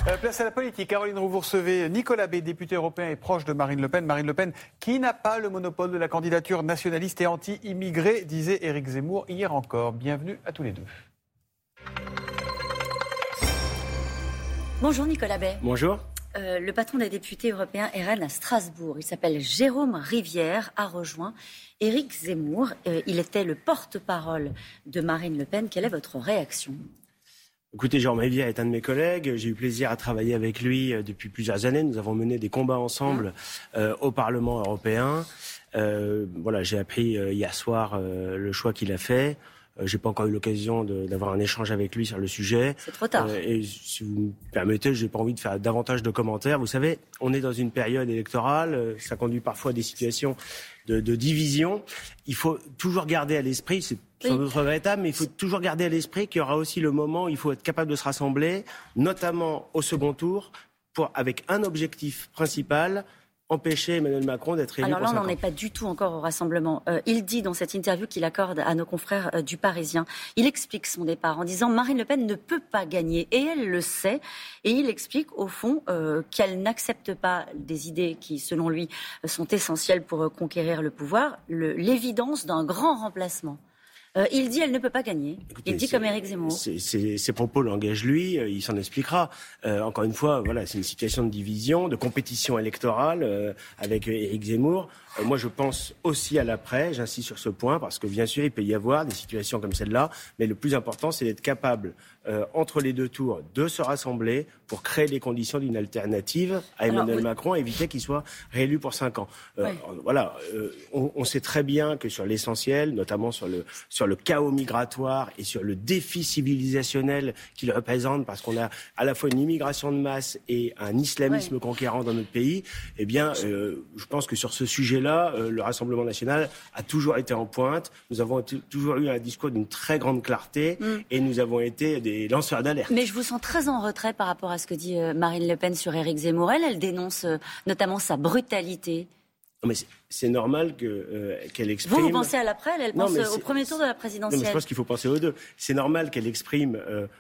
Place à la politique. Caroline Roux, vous recevez Nicolas Bay, député européen et proche de Marine Le Pen. Marine Le Pen qui n'a pas le monopole de la candidature nationaliste et anti-immigrée, disait Éric Zemmour hier encore. Bienvenue à tous les deux. Bonjour Nicolas Bay. Bonjour. Le patron des députés européens RN à Strasbourg, il s'appelle Jérôme Rivière, a rejoint Éric Zemmour. Il était le porte-parole de Marine Le Pen. Quelle est votre réaction ? Écoutez, Jérôme Rivière est un de mes collègues. J'ai eu plaisir à travailler avec lui depuis plusieurs années. Nous avons mené des combats ensemble au Parlement européen. J'ai appris hier soir le choix qu'il a fait. J'ai pas encore eu l'occasion d'avoir un échange avec lui sur le sujet. C'est trop tard. Et si vous me permettez, j'ai pas envie de faire davantage de commentaires. Vous savez, on est dans une période électorale. Ça conduit parfois à des situations de division. Il faut toujours garder à l'esprit, c'est sans doute regrettable, mais il faut toujours garder à l'esprit qu'il y aura aussi le moment où il faut être capable de se rassembler, notamment au second tour, avec un objectif principal: empêcher Emmanuel Macron d'être élu. Alors là, pour 5 ans. on n'en est pas du tout encore au rassemblement. Il dit dans cette interview qu'il accorde à nos confrères du Parisien, il explique son départ en disant Marine Le Pen ne peut pas gagner et elle le sait. Et il explique au fond qu'elle n'accepte pas des idées qui, selon lui, sont essentielles pour conquérir le pouvoir, l'évidence d'un grand remplacement. Il dit elle ne peut pas gagner. Écoutez, il dit comme Éric Zemmour. Ses propos l'engagent lui, il s'en expliquera. Encore une fois, voilà, c'est une situation de division, de compétition électorale avec Éric Zemmour. Moi, je pense aussi à l'après, j'insiste sur ce point, parce que bien sûr, il peut y avoir des situations comme celle-là, mais le plus important, c'est d'être capable, entre les deux tours, de se rassembler pour créer les conditions d'une alternative à Emmanuel Macron et éviter qu'il soit réélu pour 5 ans. On sait très bien que sur l'essentiel, notamment sur le chaos migratoire et sur le défi civilisationnel qu'il représente, parce qu'on a à la fois une immigration de masse et un islamisme conquérant dans notre pays, eh bien, je pense que sur ce sujet-là, le Rassemblement national a toujours été en pointe. Nous avons toujours eu un discours d'une très grande clarté et nous avons été des lanceurs d'alerte. Mais je vous sens très en retrait par rapport à ce que dit Marine Le Pen sur Éric Zemmour. Elle dénonce notamment sa brutalité. Mais c'est normal qu'elle exprime... Vous pensez à l'après, elle pense au premier tour de la présidentielle. Non, mais je pense qu'il faut penser aux deux. C'est normal qu'elle exprime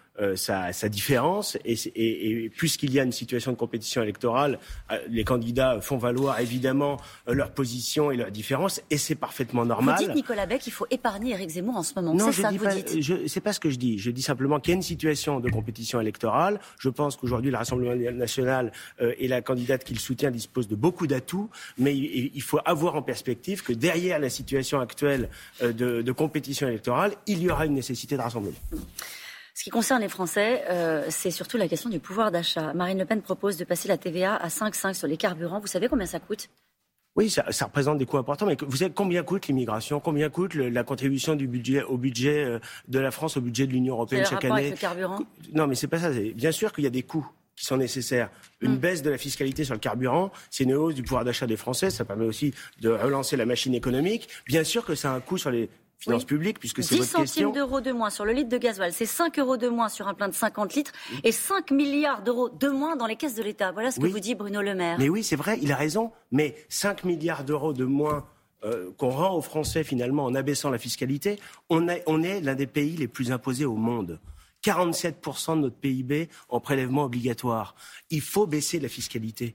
sa différence et puisqu'il y a une situation de compétition électorale, les candidats font valoir évidemment leur position et leur différence et c'est parfaitement normal. Vous dites, Nicolas Bay, qu'il faut épargner Éric Zemmour en ce moment. Non, c'est ça que vous dites. C'est pas ce que je dis. Je dis simplement qu'il y a une situation de compétition électorale. Je pense qu'aujourd'hui, le Rassemblement national et la candidate qu'il soutient disposent de beaucoup d'atouts, mais il faut avoir en perspective que derrière la situation actuelle de compétition électorale, il y aura une nécessité de rassemblement. Ce qui concerne les Français, c'est surtout la question du pouvoir d'achat. Marine Le Pen propose de passer la TVA à 5,5 sur les carburants. Vous savez combien ça coûte ? Oui, ça représente des coûts importants, mais vous savez combien coûte l'immigration ? Combien coûte la contribution au budget de la France, au budget de l'Union européenne chaque année ? Avec le carburant ? Non, mais c'est pas ça. Bien sûr qu'il y a des coûts qui sont nécessaires. Une baisse de la fiscalité sur le carburant, c'est une hausse du pouvoir d'achat des Français. Ça permet aussi de relancer la machine économique. Bien sûr que ça a un coût sur les finances publiques, puisque c'est votre question. 10 centimes d'euros de moins sur le litre de gasoil, c'est 5 euros de moins sur un plein de 50 litres et 5 milliards d'euros de moins dans les caisses de l'État. Voilà ce que vous dit Bruno Le Maire. Mais oui, c'est vrai, il a raison. Mais 5 milliards d'euros de moins qu'on rend aux Français finalement en abaissant la fiscalité, on est l'un des pays les plus imposés au monde. 47% de notre PIB en prélèvement obligatoire. Il faut baisser la fiscalité.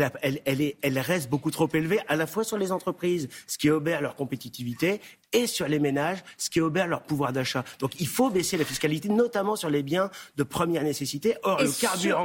Elle reste beaucoup trop élevée, à la fois sur les entreprises, ce qui obère leur compétitivité, et sur les ménages, ce qui obère leur pouvoir d'achat. Donc il faut baisser la fiscalité, notamment sur les biens de première nécessité. Or, le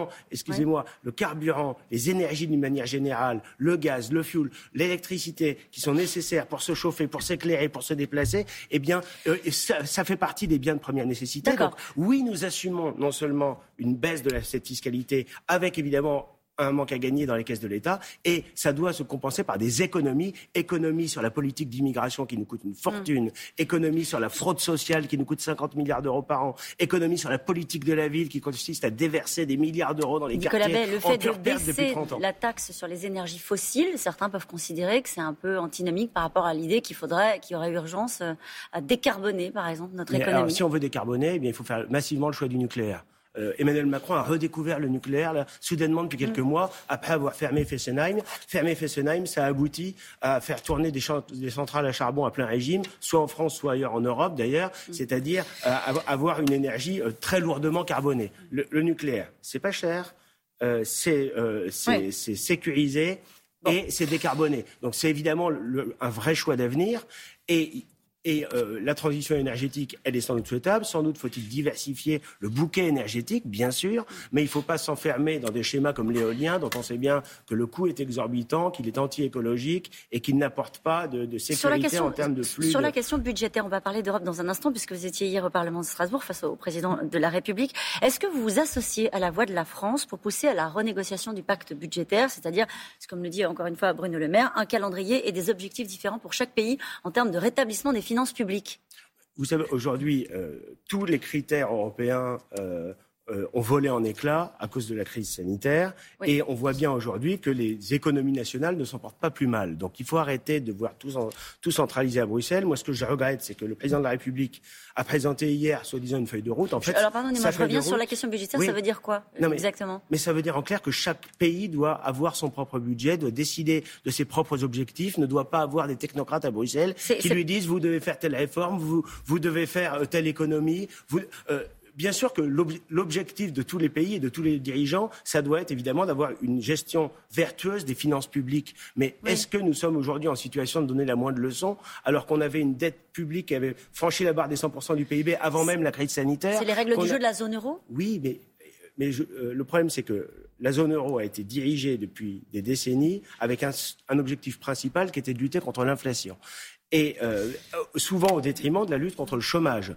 carburant, les énergies d'une manière générale, le gaz, le fioul, l'électricité, qui sont nécessaires pour se chauffer, pour s'éclairer, pour se déplacer, eh bien, ça fait partie des biens de première nécessité. D'accord. Donc oui, nous assumons non seulement une baisse de cette fiscalité, avec évidemment un manque à gagner dans les caisses de l'État, et ça doit se compenser par des économies sur la politique d'immigration qui nous coûte une fortune, économies sur la fraude sociale qui nous coûte 50 milliards d'euros par an, économies sur la politique de la ville qui consiste à déverser des milliards d'euros dans les quartiers. Nicolas Bay, le fait de baisser 30 ans. la taxe sur les énergies fossiles, certains peuvent considérer que c'est un peu antinomique par rapport à l'idée qu'il y aurait urgence à décarboner, par exemple, notre économie. Alors, si on veut décarboner, eh bien, il faut faire massivement le choix du nucléaire. Emmanuel Macron a redécouvert le nucléaire là, soudainement depuis quelques mois, après avoir fermé Fessenheim. Fermer Fessenheim, ça aboutit à faire tourner des centrales à charbon à plein régime, soit en France, soit ailleurs en Europe d'ailleurs, c'est-à-dire avoir une énergie très lourdement carbonée. Le nucléaire, c'est pas cher, c'est sécurisé et c'est décarboné. Donc c'est évidemment un vrai choix d'avenir. Et la transition énergétique, elle est sans doute souhaitable. Sans doute faut-il diversifier le bouquet énergétique, bien sûr, mais il ne faut pas s'enfermer dans des schémas comme l'éolien, dont on sait bien que le coût est exorbitant, qu'il est anti-écologique et qu'il n'apporte pas de sécurité en termes de flux. Sur la question budgétaire, on va parler d'Europe dans un instant, puisque vous étiez hier au Parlement de Strasbourg face au président de la République. Est-ce que vous vous associez à la voix de la France pour pousser à la renégociation du pacte budgétaire, c'est-à-dire, comme le dit encore une fois Bruno Le Maire, un calendrier et des objectifs différents pour chaque pays en termes de rétablissement des finances publiques? Vous savez, aujourd'hui, tous les critères européens ont volé en éclats à cause de la crise sanitaire. Oui. Et on voit bien aujourd'hui que les économies nationales ne s'en portent pas plus mal. Donc il faut arrêter de voir tout centralisé à Bruxelles. Moi, ce que je regrette, c'est que le président de la République a présenté hier, soi-disant, une feuille de route. En fait, alors pardonnez-moi, je reviens sur la question budgétaire. Oui. Ça veut dire quoi exactement? Mais ça veut dire en clair que chaque pays doit avoir son propre budget, doit décider de ses propres objectifs, ne doit pas avoir des technocrates à Bruxelles qui lui disent vous devez faire telle réforme, vous devez faire telle économie. Bien sûr que l'objectif de tous les pays et de tous les dirigeants, ça doit être évidemment d'avoir une gestion vertueuse des finances publiques. Mais est-ce que nous sommes aujourd'hui en situation de donner la moindre leçon alors qu'on avait une dette publique qui avait franchi la barre des 100% du PIB avant même la crise sanitaire? C'est les règles du jeu de la zone euro? Oui, mais le problème, c'est que la zone euro a été dirigée depuis des décennies avec un objectif principal qui était de lutter contre l'inflation. Et souvent au détriment de la lutte contre le chômage.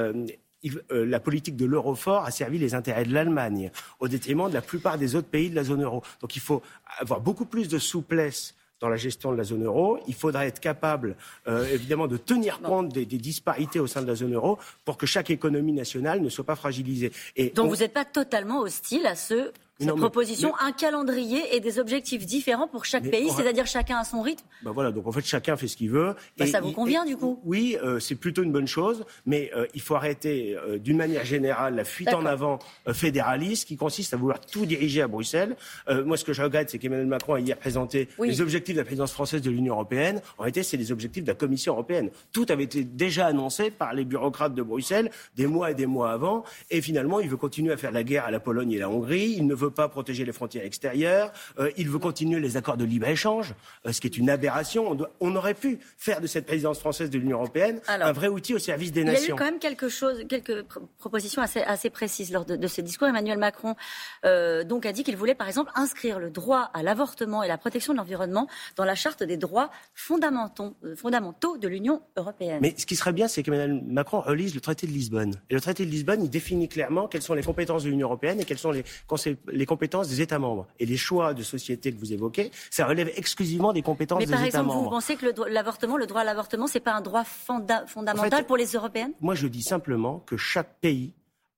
La politique de l'euro fort a servi les intérêts de l'Allemagne au détriment de la plupart des autres pays de la zone euro. Donc il faut avoir beaucoup plus de souplesse dans la gestion de la zone euro. Il faudra être capable, évidemment, de tenir compte des disparités au sein de la zone euro pour que chaque économie nationale ne soit pas fragilisée. Donc vous n'êtes pas totalement hostile à cette proposition, un calendrier et des objectifs différents pour chaque pays, c'est-à-dire chacun à son rythme? Voilà, donc en fait chacun fait ce qu'il veut. Ça vous convient du coup? Oui, c'est plutôt une bonne chose, mais il faut arrêter d'une manière générale la fuite en avant fédéraliste qui consiste à vouloir tout diriger à Bruxelles. Moi ce que je regrette, c'est qu'Emmanuel Macron a hier présenté les objectifs de la présidence française de l'Union européenne. En réalité, c'est les objectifs de la Commission européenne. Tout avait été déjà annoncé par les bureaucrates de Bruxelles des mois et des mois avant, et finalement il veut continuer à faire la guerre à la Pologne et la Hongrie. Il ne veut pas protéger les frontières extérieures, il veut continuer les accords de libre-échange, ce qui est une aberration. On aurait pu faire de cette présidence française de l'Union européenne un vrai outil au service des nations. Il y a eu quand même quelques propositions assez précises lors de ce discours. Emmanuel Macron donc a dit qu'il voulait par exemple inscrire le droit à l'avortement et la protection de l'environnement dans la charte des droits fondamentaux de l'Union européenne. Mais ce qui serait bien, c'est qu'Emmanuel Macron relise le traité de Lisbonne. Et le traité de Lisbonne, il définit clairement quelles sont les compétences de l'Union européenne et quelles sont les compétences des États membres. Et les choix de société que vous évoquez, ça relève exclusivement des compétences des États membres. Mais par exemple, vous pensez que le droit à l'avortement, c'est pas un droit fondamental pour les Européennes? Moi, je dis simplement que chaque pays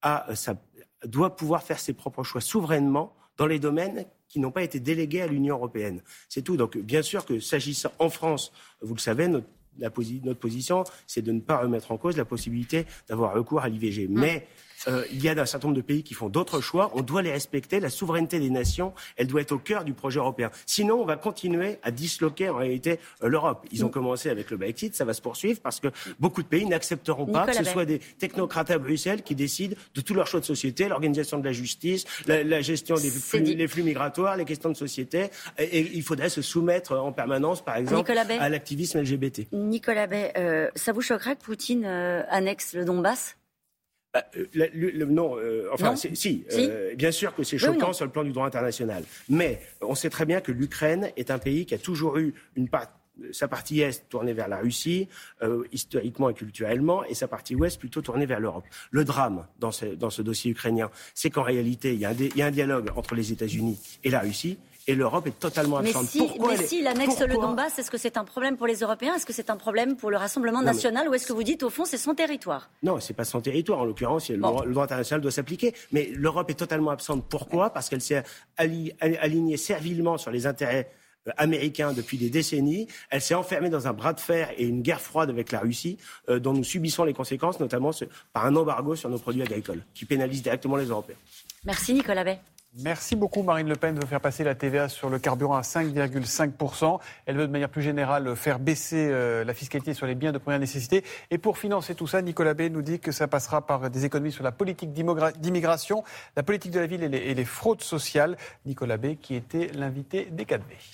doit pouvoir faire ses propres choix souverainement dans les domaines qui n'ont pas été délégués à l'Union européenne. C'est tout. Donc, bien sûr que s'agissant en France, vous le savez, notre position, c'est de ne pas remettre en cause la possibilité d'avoir recours à l'IVG. Mais il y a un certain nombre de pays qui font d'autres choix. On doit les respecter. La souveraineté des nations, elle doit être au cœur du projet européen. Sinon, on va continuer à disloquer en réalité l'Europe. Ils ont commencé avec le Brexit, ça va se poursuivre parce que beaucoup de pays n'accepteront pas que ce soit des technocrates à Bruxelles qui décident de tous leurs choix de société, l'organisation de la justice, la gestion des flux migratoires, les questions de société. Et il faudrait se soumettre en permanence, par exemple, à l'activisme LGBT. Nicolas Bay, ça vous choquerait que Poutine annexe le Donbass? Non, si. Bien sûr que c'est choquant sur le plan du droit international. Mais on sait très bien que l'Ukraine est un pays qui a toujours eu sa partie est tournée vers la Russie, historiquement et culturellement, et sa partie ouest plutôt tournée vers l'Europe. Le drame dans ce dossier ukrainien, c'est qu'en réalité, il y a un dialogue entre les États-Unis et la Russie. Et l'Europe est totalement absente. Mais s'il annexe le Donbass, est-ce que c'est un problème pour les Européens? Est-ce que c'est un problème pour le Rassemblement national? Ou est-ce que vous dites, au fond, c'est son territoire? Non, c'est pas son territoire. En l'occurrence, le droit international doit s'appliquer. Mais l'Europe est totalement absente. Pourquoi? Parce qu'elle s'est alignée servilement sur les intérêts américains depuis des décennies. Elle s'est enfermée dans un bras de fer et une guerre froide avec la Russie, dont nous subissons les conséquences, notamment par un embargo sur nos produits agricoles, qui pénalise directement les Européens. Merci Nicolas Bay. Merci beaucoup Marine Le Pen veut faire passer la TVA sur le carburant à 5,5%. Elle veut de manière plus générale faire baisser la fiscalité sur les biens de première nécessité. Et pour financer tout ça, Nicolas Bay nous dit que ça passera par des économies sur la politique d'immigration, la politique de la ville et les fraudes sociales. Nicolas Bay qui était l'invité des 4V.